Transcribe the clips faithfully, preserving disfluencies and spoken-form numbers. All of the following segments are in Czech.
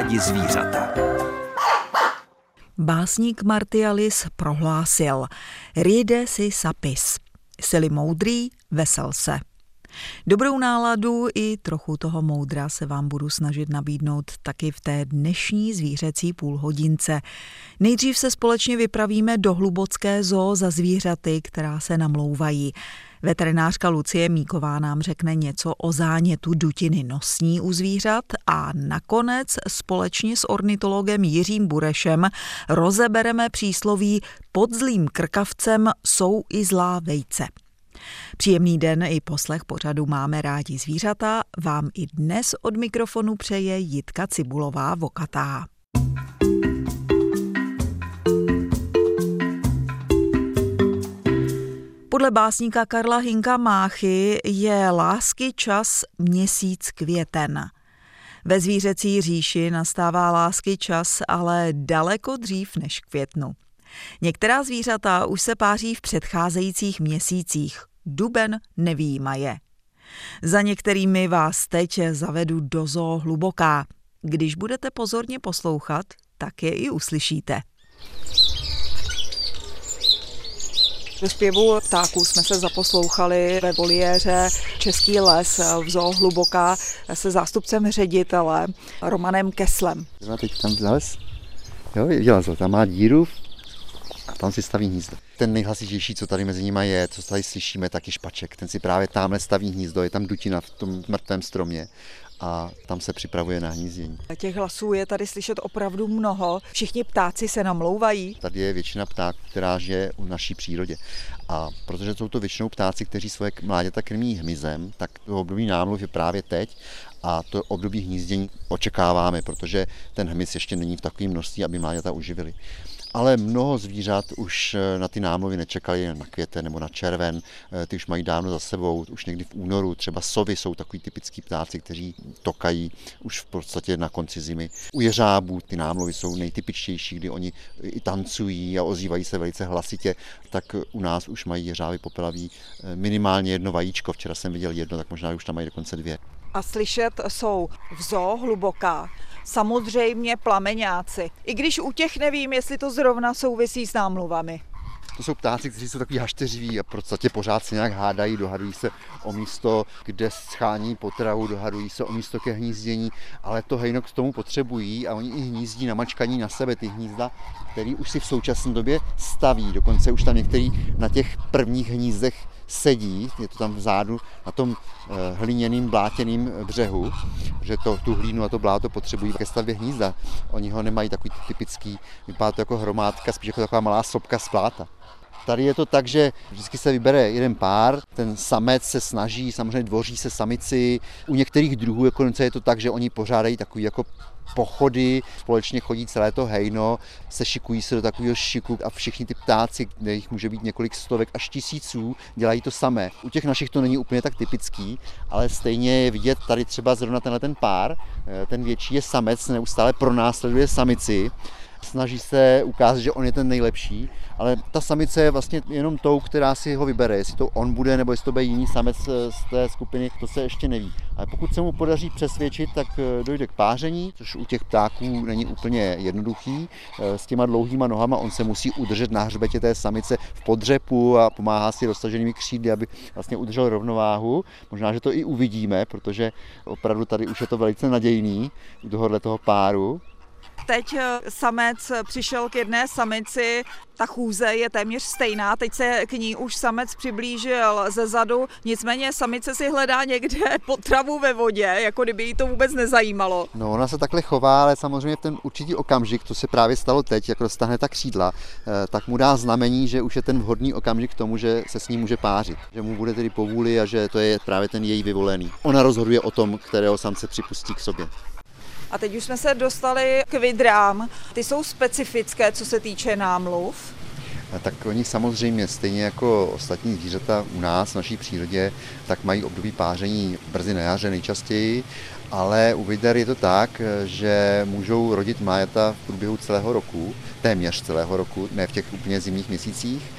rádi zvířata. Básník Martialis prohlásil: Ride si sapis, jsi-li moudrý, vesel se. Dobrou náladu i trochu toho moudra se vám budu snažit nabídnout taky v té dnešní zvířecí půlhodince. Nejdřív se společně vypravíme do Hlubocké zoo za zvířaty, která se namlouvají. Veterinářka Lucie Míková nám řekne něco o zánětu dutiny nosní u zvířat a nakonec společně s ornitologem Jiřím Burešem rozebereme přísloví pod zlým krkavcem jsou i zlá vejce. Příjemný den i poslech pořadu Máme rádi zvířata vám i dnes od mikrofonu přeje Jitka Cibulová-Vokatá. Podle básníka Karla Hynka Máchy je lásky čas měsíc květen. Ve zvířecí říši nastává lásky čas, ale daleko dřív než květnu. Některá zvířata už se páří v předcházejících měsících, duben nevyjímaje. Za některými vás teď zavedu do zoo Hluboká. Když budete pozorně poslouchat, tak je i uslyšíte. Do zpěvu ptáků jsme se zaposlouchali ve voliéře Český les v zoo Hluboká se zástupcem ředitele Romanem Keslem. Teď tam zales, jo, dělá to, tam má díru a tam si staví hnízdo. Ten nejhlasitější, co tady mezi nimi je, co tady slyšíme, tak je špaček. Ten si právě tamhle staví hnízdo, je tam dutina v tom mrtvém stromě a tam se připravuje na hnízdění. Těch hlasů je tady slyšet opravdu mnoho. Všichni ptáci se namlouvají. Tady je většina ptáků, která žije v naší přírodě. A protože jsou to většinou ptáci, kteří svoje mláďata krmí hmyzem, tak to období námluv je právě teď. A to období hnízdění očekáváme, protože ten hmyz ještě není v takovém množství, aby mláďata uživili. Ale mnoho zvířat už na ty námluvy nečekali na květen nebo na červen, ty už mají dávno za sebou, už někdy v únoru, třeba sovy jsou takový typický ptáci, kteří tokají už v podstatě na konci zimy. U jeřábů ty námluvy jsou nejtypičtější, kdy oni i tancují a ozývají se velice hlasitě, tak u nás už mají jeřáby popelaví minimálně jedno vajíčko, včera jsem viděl jedno, tak možná už tam mají dokonce dvě. A slyšet jsou v zoo Hluboká samozřejmě plameňáci. I když u těch nevím, jestli to zrovna souvisí s námluvami. To jsou ptáci, kteří jsou takový hašteřiví a v podstatě pořád se nějak hádají, dohadují se o místo, kde schání potravu, dohadují se o místo ke hnízdění, ale to hejno k tomu potřebují a oni i hnízdí namačkaní na sebe ty hnízda, který už si v současné době staví. Dokonce už tam některý na těch prvních hnízdech sedí, je to tam vzadu na tom hliněným blátěným břehu, že to, tu hlínu a to bláto potřebují ke stavbě hnízda. Oni ho nemají takový typický, vypadá to jako hromádka, spíš jako taková malá sopka z pláta. Tady je to tak, že vždycky se vybere jeden pár, ten samec se snaží, samozřejmě dvoří se samici. U některých druhů dokonce je to tak, že oni pořádají takový jako pochody, společně chodí celé to hejno, sešikují se do takového šiku a všichni ty ptáci, kde jich může být několik stovek až tisíců, dělají to samé. U těch našich to není úplně tak typický, ale stejně je vidět tady třeba zrovna tenhle ten pár, ten větší je samec, neustále pronásleduje samici. Snaží se ukázat, že on je ten nejlepší, ale ta samice je vlastně jenom tou, která si ho vybere. Jestli to on bude, nebo jestli to bude jiný samec z té skupiny, to se ještě neví. Ale pokud se mu podaří přesvědčit, tak dojde k páření, což u těch ptáků není úplně jednoduchý. S těma dlouhýma nohama on se musí udržet na hřbetě té samice v podřepu a pomáhá si roztaženými křídly, aby vlastně udržel rovnováhu. Možná, že to i uvidíme, protože opravdu tady už je to velice nadějný u tohohle toho páru. Teď samec přišel k jedné samici, ta chůze je téměř stejná, teď se k ní už samec přiblížil ze zadu, nicméně samice si hledá někde potravu ve vodě, jako kdyby jí to vůbec nezajímalo. No, ona se takhle chová, ale samozřejmě v ten určitý okamžik, to se právě stalo teď, jak roztahne ta křídla, tak mu dá znamení, že už je ten vhodný okamžik k tomu, že se s ním může pářit, že mu bude tedy povůli a že to je právě ten její vyvolený. Ona rozhoduje o tom, kterého samce připustí k sobě. A teď už jsme se dostali k vidrám. Ty jsou specifické, co se týče námluv. Tak oni samozřejmě, stejně jako ostatní zvířata u nás, v naší přírodě, tak mají období páření brzy na jaře nejčastěji, ale u vyder je to tak, že můžou rodit mláďata v průběhu celého roku, téměř celého roku, ne v těch úplně zimních měsících.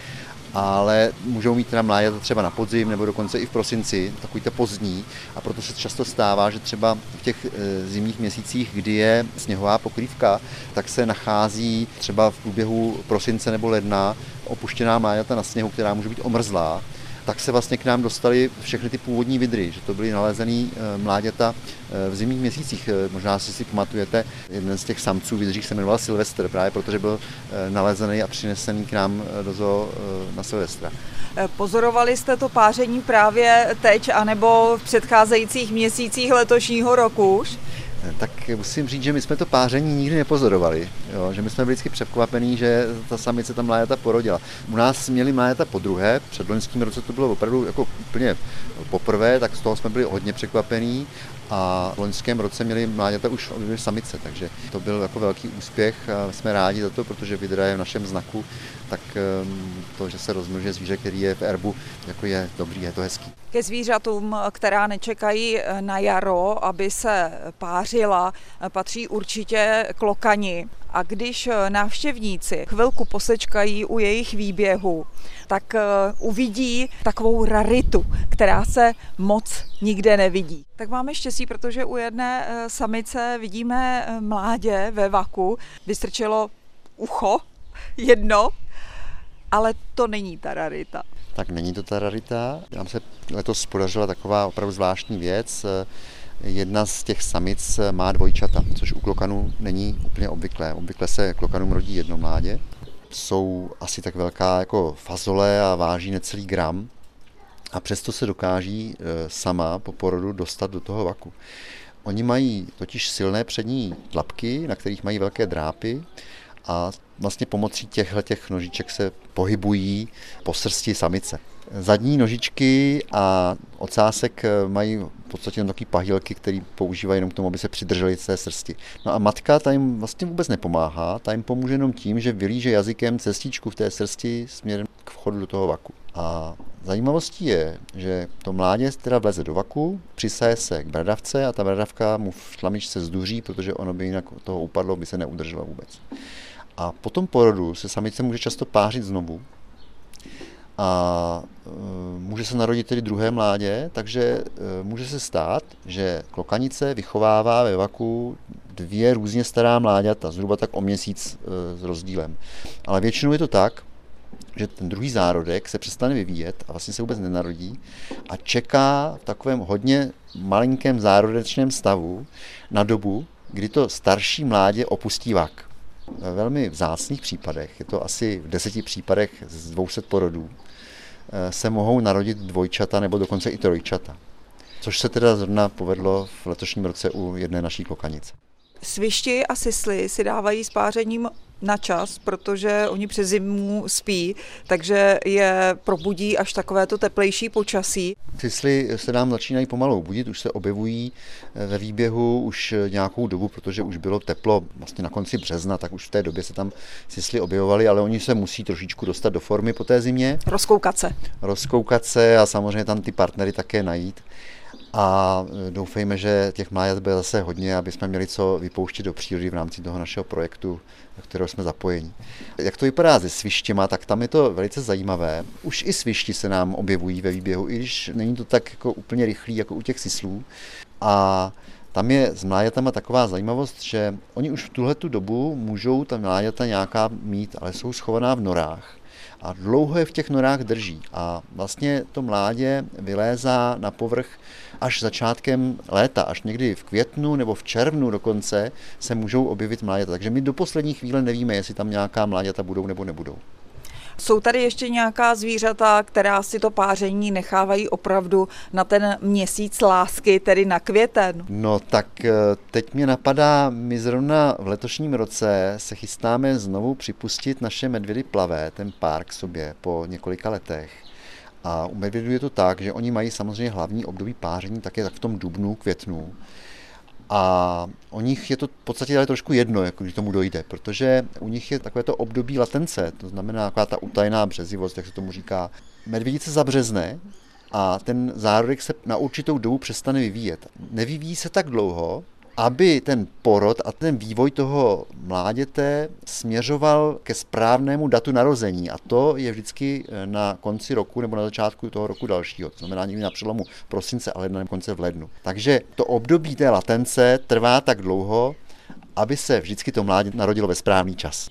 ale můžou mít teda mláďata třeba na podzim nebo dokonce i v prosinci, takový to pozdní, a proto se často stává, že třeba v těch zimních měsících, kdy je sněhová pokrývka, tak se nachází třeba v průběhu prosince nebo ledna opuštěná mláďata na sněhu, která může být omrzlá. Tak se vlastně k nám dostali všechny ty původní vydry, že to byly nalezený mláďata v zimních měsících. Možná si si pamatujete, jeden z těch samců vydřích se jmenoval Silvestr, právě protože byl nalezený a přinesený k nám do zoo na Silvestra. Pozorovali jste to páření právě teď, anebo v předcházejících měsících letošního roku už? Tak musím říct, že my jsme to páření nikdy nepozorovali, jo? Že my jsme byli vždycky překvapení, že ta samice tam mláďata porodila. U nás měli mláďata po druhé, před loňským roce to bylo opravdu jako úplně poprvé, tak z toho jsme byli hodně překvapení a v loňském roce měli mláďata už obě samice, takže to byl jako velký úspěch a jsme rádi za to, protože vydra je v našem znaku, tak to, že se rozmnožuje zvíře, který je v erbu, jako je dobrý, je to hezký. Ke zvířatům, která nečekají na jaro, aby se pářila, patří určitě klokani. A když návštěvníci chvilku posečkají u jejich výběhu, tak uvidí takovou raritu, která se moc nikde nevidí. Tak máme štěstí, protože u jedné samice vidíme mládě ve vaku, vystrčilo ucho, jedno, ale to není ta rarita. Tak není to ta rarita. Nám se letos podařila taková opravdu zvláštní věc. Jedna z těch samic má dvojčata, což u klokanů není úplně obvyklé. Obvykle se klokanům rodí jedno mládě. Jsou asi tak velká jako fazole a váží necelý gram. A přesto se dokáží sama po porodu dostat do toho vaku. Oni mají totiž silné přední tlapky, na kterých mají velké drápy, a vlastně pomocí těchto těch nožiček se pohybují po srsti samice. Zadní nožičky a ocásek mají v podstatě takový pahýlky, které používají jenom k tomu, aby se přidrželi z té srsti. No a matka ta jim vlastně vůbec nepomáhá, ta jim pomůže jenom tím, že vylíže jazykem cestičku v té srsti směrem k vchodu do toho vaku. A zajímavostí je, že to mládě teda vleze do vaku, přisaje se k bradavce a ta bradavka mu v tlamičce zduří, protože ono by jinak toho upadlo, by se neudrželo vůbec. A po tom porodu se samice může často pářit znovu a e, může se narodit tedy druhé mládě, takže e, může se stát, že klokanice vychovává ve vaku dvě různě stará mláďata, zhruba tak o měsíc e, s rozdílem. Ale většinou je to tak, že ten druhý zárodek se přestane vyvíjet a vlastně se vůbec nenarodí a čeká v takovém hodně malinkém zárodečném stavu na dobu, kdy to starší mládě opustí vak. Ve velmi vzácných případech, je to asi v deseti případech z dvou set porodů, se mohou narodit dvojčata nebo dokonce i trojčata. Což se teda zrovna povedlo v letošním roce u jedné naší klokanice. Svišti a sisly si dávají s pářením na čas, protože oni přes zimu spí, takže je probudí až takovéto teplejší počasí. Sisly se nám začínají pomalu budit, už se objevují ve výběhu už nějakou dobu, protože už bylo teplo vlastně na konci března, tak už v té době se tam sisly objevovaly, ale oni se musí trošičku dostat do formy po té zimě. Rozkoukat se. Rozkoukat se a samozřejmě tam ty partnery také najít. A doufejme, že těch mláďat bude zase hodně, aby jsme měli co vypouštět do přírody v rámci toho našeho projektu, do kterého jsme zapojeni. Jak to vypadá se svištěma, tak tam je to velice zajímavé. Už i svišti se nám objevují ve výběhu, i když není to tak jako úplně rychlý jako u těch sislů. A tam je s mláďatama taková zajímavost, že oni už v tuhletu dobu můžou ta mláďata nějaká mít, ale jsou schovaná v norách. A dlouho je v těch norách drží a vlastně to mládě vylézá na povrch až začátkem léta, až někdy v květnu nebo v červnu dokonce se můžou objevit mláďata. Takže my do poslední chvíle nevíme, jestli tam nějaká mláďata budou nebo nebudou. Jsou tady ještě nějaká zvířata, která si to páření nechávají opravdu na ten měsíc lásky, tedy na květen? No tak teď mě napadá, my zrovna v letošním roce se chystáme znovu připustit naše medvědy plavé, ten pár k sobě po několika letech. A u medvědů je to tak, že oni mají samozřejmě hlavní období páření také tak v tom dubnu, květnu. A o nich je to v podstatě ale trošku jedno, jako když tomu dojde, protože u nich je takové to období latence, to znamená taková ta utajená březivost, jak se tomu říká. Medvědice zabřezne a ten zárodek se na určitou dobu přestane vyvíjet. Nevyvíjí se tak dlouho, aby ten porod a ten vývoj toho mláděte směřoval ke správnému datu narození. A to je vždycky na konci roku nebo na začátku toho roku dalšího. To znamená někdy na přelomu prosince, ale na konci v lednu. Takže to období té latence trvá tak dlouho, aby se vždycky to mládě narodilo ve správný čas.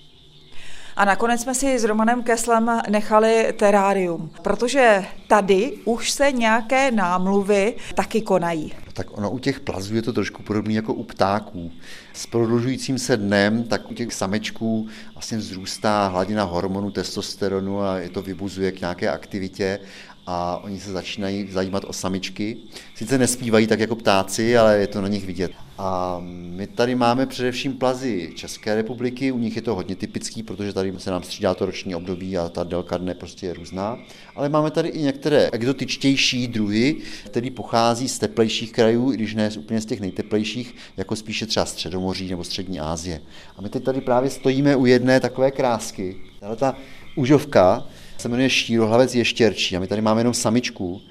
A nakonec jsme si s Romanem Kesslem nechali terárium, protože tady už se nějaké námluvy taky konají. Tak ono u těch plazů je to trošku podobné jako u ptáků. S prodlužujícím se dnem, tak u těch samečků vlastně vzrůstá hladina hormonu testosteronu a je to vybuzuje k nějaké aktivitě a oni se začínají zajímat o samičky. Sice nespívají tak jako ptáci, ale je to na nich vidět. A my tady máme především plazy České republiky, u nich je to hodně typický, protože tady se nám střídá to roční období a ta délka dne prostě je různá. Ale máme tady i některé exotičtější druhy, které pochází z teplejších krajů, i když ne úplně z těch nejteplejších, jako spíše třeba Středomoří nebo Střední Asie. A my teď tady právě stojíme u jedné takové krásky. Tahle ta užovka se jmenuje štírohlavec ještěrčí a my tady máme jenom samičku.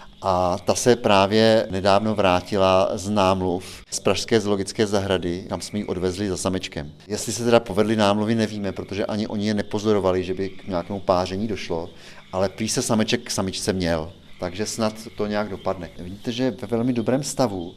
A ta se právě nedávno vrátila z námluv z pražské zoologické zahrady, kam jsme ji odvezli za samečkem. Jestli se teda povedly námluvy, nevíme, protože ani oni je nepozorovali, že by k nějakému páření došlo, ale prý se sameček k samičce měl, takže snad to nějak dopadne. Vidíte, že je ve velmi dobrém stavu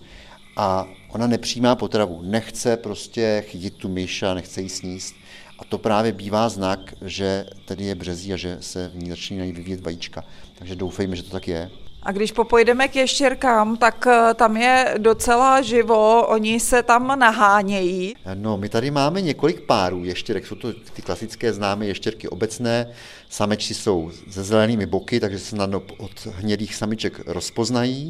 a ona nepřijímá potravu, nechce prostě chytit tu myš a nechce jí sníst. A to právě bývá znak, že tedy je březí a že se v ní začínají vyvíjet vajíčka. Takže doufejme, že to tak je. A když popojdeme k ještěrkám, tak tam je docela živo, oni se tam nahánějí. No, my tady máme několik párů ještěrek, jsou to ty klasické známé ještěrky obecné, samečci jsou se zelenými boky, takže se snadno od hnědých samiček rozpoznají.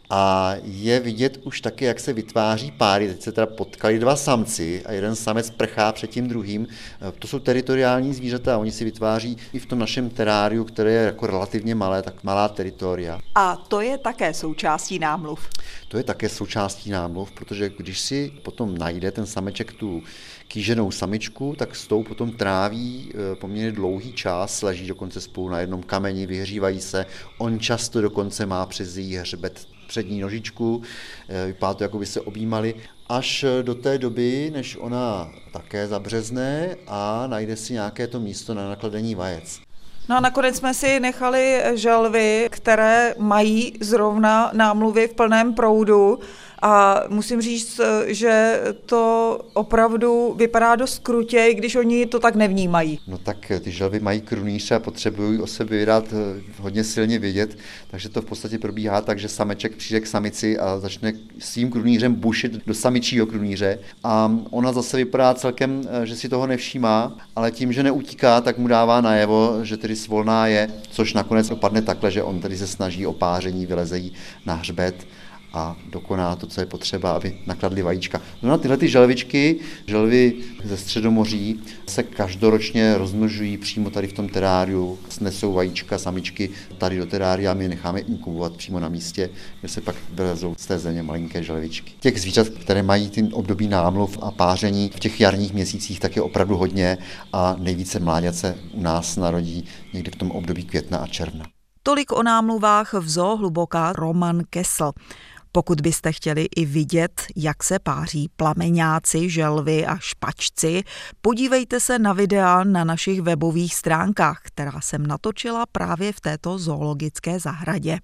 A je vidět už taky, jak se vytváří páry. Teď se teda potkali dva samci a jeden samec prchá před tím druhým. To jsou teritoriální zvířata, oni si vytváří i v tom našem teráriu, které je jako relativně malé, tak malá teritoria. A to je také součástí námluv? To je také součástí námluv, protože když si potom najde ten sameček tu kýženou samičku, tak s tou potom tráví poměrně dlouhý čas, leží dokonce spolu na jednom kameni, vyhřívají se. On často dokonce má přes její hřbet přední nožičku, vypadá to, jako by se objímali, až do té doby, než ona také zabřezne a najde si nějaké to místo na nakladení vajec. No a nakonec jsme si nechali želvy, které mají zrovna námluvy v plném proudu a musím říct, že to opravdu vypadá dost krutě, i když oni to tak nevnímají. No tak ty želvy mají krunýře a potřebují o sebe vydat hodně silně vědět, takže to v podstatě probíhá tak, že sameček přijde k samici a začne svým krunýřem bušit do samičího krunýře a ona zase vypadá celkem, že si toho nevšímá, ale tím, že neutíká, tak mu dává najevo, že tedy svolná je, což nakonec dopadne takhle, že on tedy se snaží o páření, vyleze jí na hřbet a dokoná to, co je potřeba, aby nakladly vajíčka. No na tyhle ty želvičky, želvy ze Středomoří, se každoročně rozmnožují přímo tady v tom teráriu, snesou vajíčka, samičky tady do terária, my je necháme inkubovat přímo na místě, kde se pak vylezou z té země malinké želvičky. Těch zvířat, které mají tím období námluv a páření v těch jarních měsících, tak je opravdu hodně a nejvíce mláďat se u nás narodí někdy v tom období května a června. Tolik o námluvách v Zoo Hluboká Roman Kessl. Pokud byste chtěli i vidět, jak se páří plameňáci, želvy a špačci, podívejte se na videa na našich webových stránkách, která jsem natočila právě v této zoologické zahradě.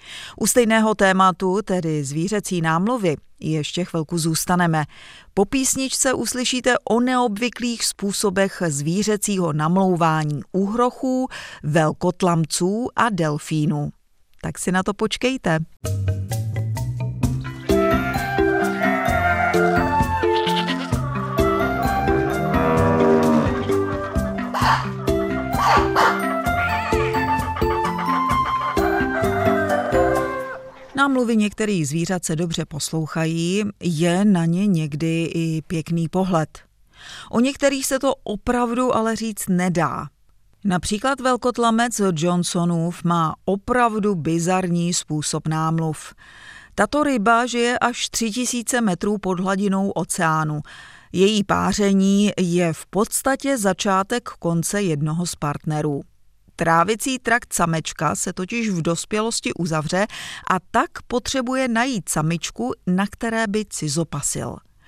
U stejného tématu, tedy zvířecí námluvy, ještě chvilku zůstaneme. Po písničce uslyšíte o neobvyklých způsobech zvířecího namlouvání úhrochů, velkotlamců a delfínů. Tak si na to počkejte. Námluvy některých zvířat se dobře poslouchají, je na ně někdy i pěkný pohled. O některých se to opravdu ale říct nedá. Například velkotlamec Johnsonův má opravdu bizarní způsob námluv. Tato ryba žije až tři tisíce metrů pod hladinou oceánu. Její páření je v podstatě začátek konce jednoho z partnerů. Trávicí trakt samečka se totiž v dospělosti uzavře a tak potřebuje najít samičku, na které by cizopasil.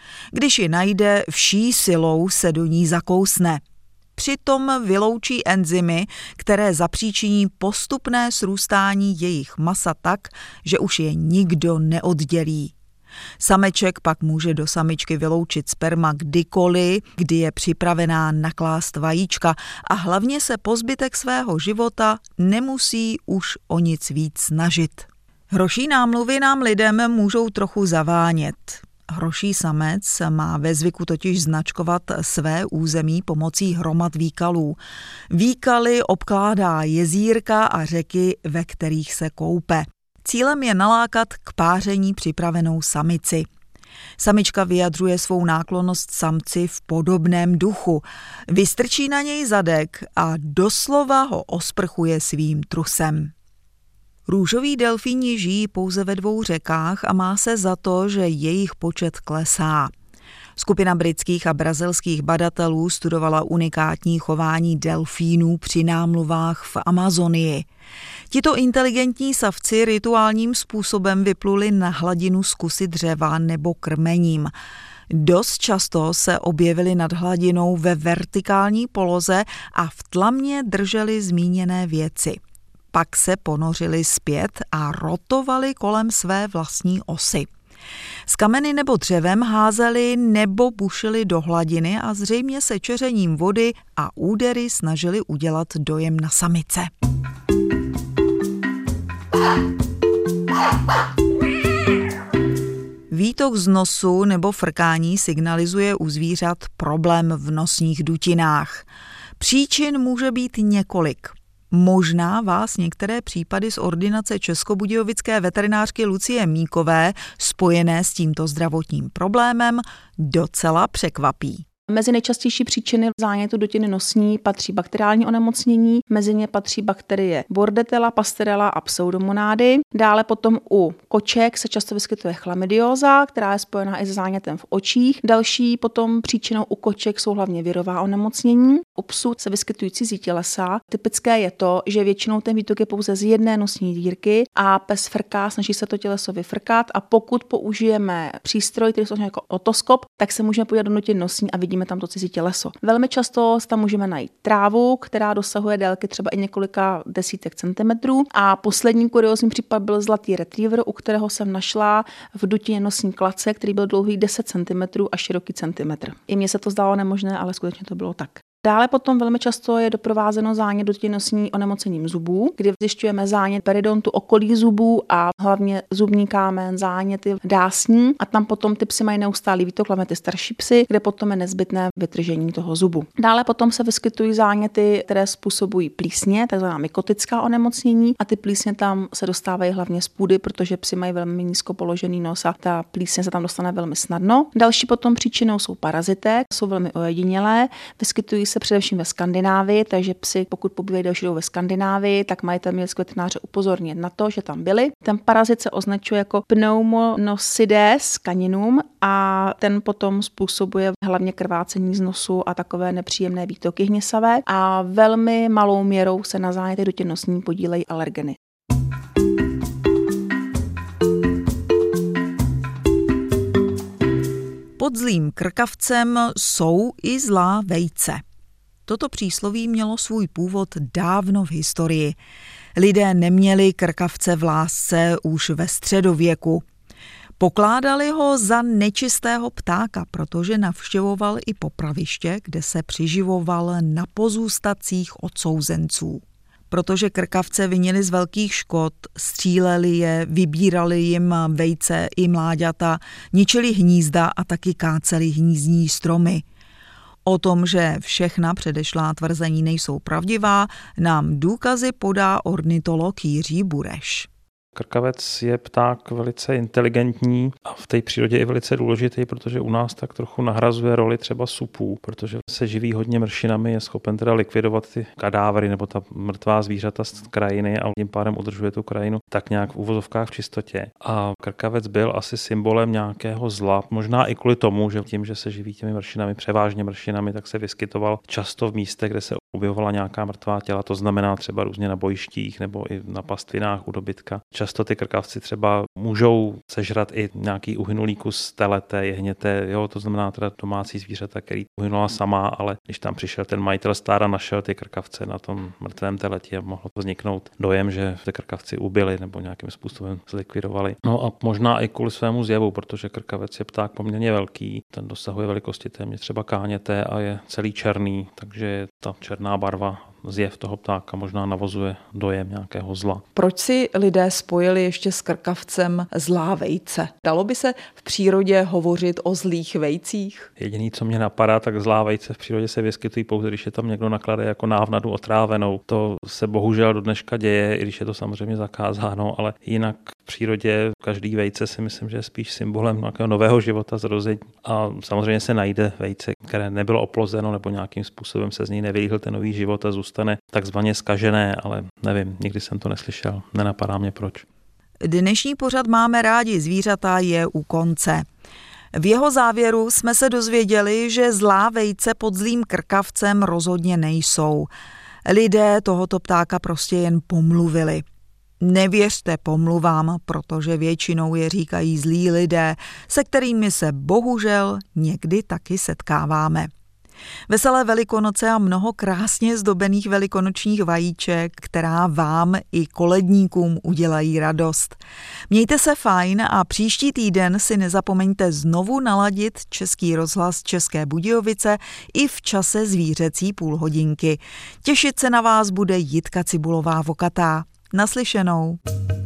Když ji najde, vší silou se do ní zakousne. Přitom vyloučí enzymy, které zapříčiní postupné srůstání jejich masa tak, že už je nikdo neoddělí. Sameček pak může do samičky vyloučit sperma kdykoliv, kdy je připravená naklást vajíčka a hlavně se po zbytek svého života nemusí už o nic víc snažit. Hroší námluvy nám lidem můžou trochu zavánět. Hroší samec má ve zvyku totiž značkovat své území pomocí hromad výkalů. Výkaly obkládá jezírka a řeky, ve kterých se koupe. Cílem je nalákat k páření připravenou samici. Samička vyjadřuje svou náklonnost samci v podobném duchu. Vystrčí na něj zadek a doslova ho osprchuje svým trusem. Růžoví delfíni žijí pouze ve dvou řekách a má se za to, že jejich počet klesá. Skupina britských a brazilských badatelů studovala unikátní chování delfínů při námluvách v Amazonii. Tito inteligentní savci rituálním způsobem vypluli na hladinu z kusy dřeva nebo krmením. Dost často se objevili nad hladinou ve vertikální poloze a v tlamě drželi zmíněné věci. Pak se ponořili zpět a rotovali kolem své vlastní osy. S kameny nebo dřevem házeli nebo bušili do hladiny a zřejmě se čeřením vody a údery snažili udělat dojem na samice. Výtok z nosu nebo frkání signalizuje u zvířat problém v nosních dutinách. Příčin může být několik. Možná vás některé případy z ordinace českobudějovické veterinářky Lucie Míkové spojené s tímto zdravotním problémem docela překvapí. Mezi nejčastější příčiny zánětu dutiny nosní patří bakteriální onemocnění, mezi ně patří bakterie Bordetella, Pasteurella a Pseudomonády. Dále potom u koček se často vyskytuje chlamydióza, která je spojená i s zánětem v očích. Další potom příčinou u koček jsou hlavně virová onemocnění. U psů se vyskytují cizí tělesa. Typické je to, že většinou ten výtok je pouze z jedné nosní dírky a pes frká, snaží se to těleso vyfrkat a pokud použijeme přístroj, který je jako otoskop, tak se můžeme podívat do dutiny nosní a vidíme tam to cizí těleso. Velmi často tam můžeme najít trávu, která dosahuje délky třeba i několika desítek centimetrů. A poslední kuriózní případ byl zlatý retriever, u kterého jsem našla v dutině nosní klacek, který byl dlouhý deset centimetrů a široký centimetr. I mně se to zdálo nemožné, ale skutečně to bylo tak. Dále potom velmi často je doprovázeno zánět dutiny nosní onemocněním zubů, kdy zjišťujeme zánět periodontu okolí zubů a hlavně zubní kámen, záněty dásní a tam potom ty psy mají neustálý výtok, hlavně ty starší psy, kde potom je nezbytné vytržení toho zubu. Dále potom se vyskytují záněty, které způsobují plísně, takzvaná mykotická onemocnění a ty plísně tam se dostávají hlavně z půdy, protože psy mají velmi nízko položený nos a ta plísně se tam dostane velmi snadno. Další potom příčinou jsou parazité, jsou velmi ojedinělé, vyskytují se především ve Skandinávii, takže psi, pokud pobývají delší dobu ve Skandinávii, tak mají tam městské veterináře upozornit na to, že tam byli. Ten parazit se označuje jako Pneumocnosides caninum a ten potom způsobuje hlavně krvácení z nosu a takové nepříjemné výtoky hnisavé a velmi malou měrou se na zánětech dutiny nosní podílejí alergeny. Pod zlým krkavcem jsou i zlá vejce. Toto přísloví mělo svůj původ dávno v historii. Lidé neměli krkavce v lásce už ve středověku. Pokládali ho za nečistého ptáka, protože navštěvoval i popraviště, kde se přiživoval na pozůstatcích odsouzenců. Protože krkavce vinili z velkých škod, stříleli je, vybírali jim vejce i mláďata, ničili hnízda a taky káceli hnízdní stromy. O tom, že všechna předešlá tvrzení nejsou pravdivá, nám důkazy podá ornitolog Jiří Bureš. Krkavec je pták velice inteligentní a v té přírodě je velice důležitý, protože u nás tak trochu nahrazuje roli třeba supů, protože se živí hodně mršinami, je schopen teda likvidovat ty kadávery nebo ta mrtvá zvířata z krajiny a tím pádem udržuje tu krajinu tak nějak v uvozovkách v čistotě. A krkavec byl asi symbolem nějakého zla, možná i kvůli tomu, že tím, že se živí těmi mršinami, převážně mršinami, tak se vyskytoval často v místech, kde se objevovala nějaká mrtvá těla, to znamená třeba různě na bojištích nebo i na pastvinách u dobytka. Často ty krkavci třeba můžou sežrat i nějaký uhynulý kus telete, jehněte, jo, to znamená teda domácí zvířata, který uhynula sama, ale když tam přišel ten majitel stáda, našel ty krkavce na tom mrtvém teleti a mohlo to vzniknout dojem, že ty krkavci ubili nebo nějakým způsobem zlikvidovali. No a možná i kvůli svému zjevu, protože krkavec je pták poměrně velký, ten dosahuje velikosti téměř třeba káněte a je celý černý, takže ta černá barva zjev toho ptáka možná navozuje dojem nějakého zla. Proč si lidé spojili ještě s krkavcem zlá vejce? Dalo by se v přírodě hovořit o zlých vejcích? Jediný, co mě napadá, tak zlá vejce v přírodě se vyskytují pouze, když je tam někdo naklade jako návnadu otrávenou. To se bohužel do dneška děje, i když je to samozřejmě zakázáno, ale jinak v přírodě každý vejce si myslím, že je spíš symbolem nějakého nového života, zrození. A samozřejmě se najde vejce, které nebylo oplozeno nebo nějakým způsobem se z ní nevylíhl ten nový život a zůstane takzvaně zkažené, ale nevím, nikdy jsem to neslyšel, nenapadá mě proč. Dnešní pořad Máme rádi zvířata je u konce. V jeho závěru jsme se dozvěděli, že zlá vejce pod zlým krkavcem rozhodně nejsou. Lidé tohoto ptáka prostě jen pomluvili. Nevěřte pomluvám, protože většinou je říkají zlí lidé, se kterými se bohužel někdy taky setkáváme. Veselé Velikonoce a mnoho krásně zdobených velikonočních vajíček, která vám i koledníkům udělají radost. Mějte se fajn a příští týden si nezapomeňte znovu naladit Český rozhlas České Budějovice i v čase zvířecí půlhodinky. Těšit se na vás bude Jitka Cibulová-Vokatá. Naslyšenou.